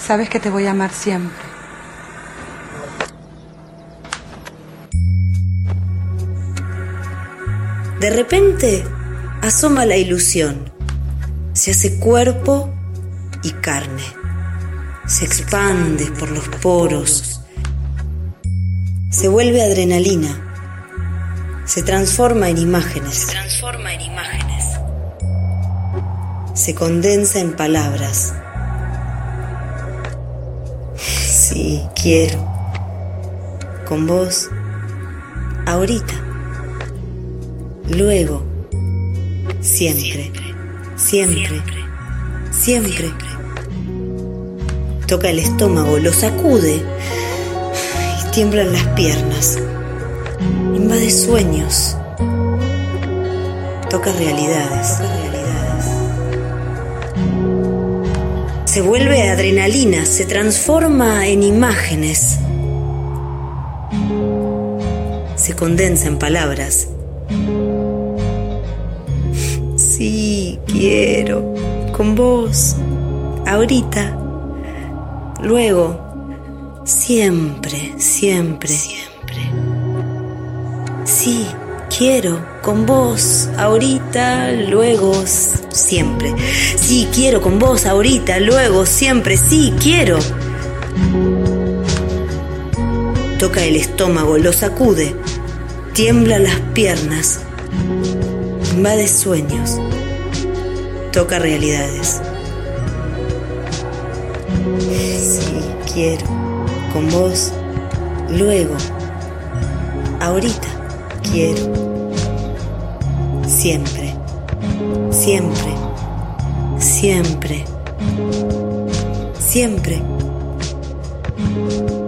Sabes que te voy a amar siempre. De repente asoma la ilusión. Se hace cuerpo y carne. Se expande por los poros. Se vuelve adrenalina. Se transforma en imágenes. Se condensa en palabras. Sí, quiero. Con vos. Ahorita. Luego. Siempre. Siempre. Siempre. Toca el estómago, lo sacude y tiemblan las piernas. Invade sueños. Toca realidades. Se vuelve adrenalina, se transforma en imágenes. Se condensa en palabras. Sí, quiero. Con vos. Ahorita. Luego. Siempre, siempre. Sí, quiero. Con vos. Ahorita. Luego. Siempre. Sí, quiero. Con vos. Ahorita. Luego. Siempre. Sí, quiero. Toca el estómago, lo sacude. Tiembla las piernas. Invade sueños. Toca realidades. Sí, quiero. Con vos. Luego. Ahorita. Quiero. Siempre. Siempre. Siempre. Siempre.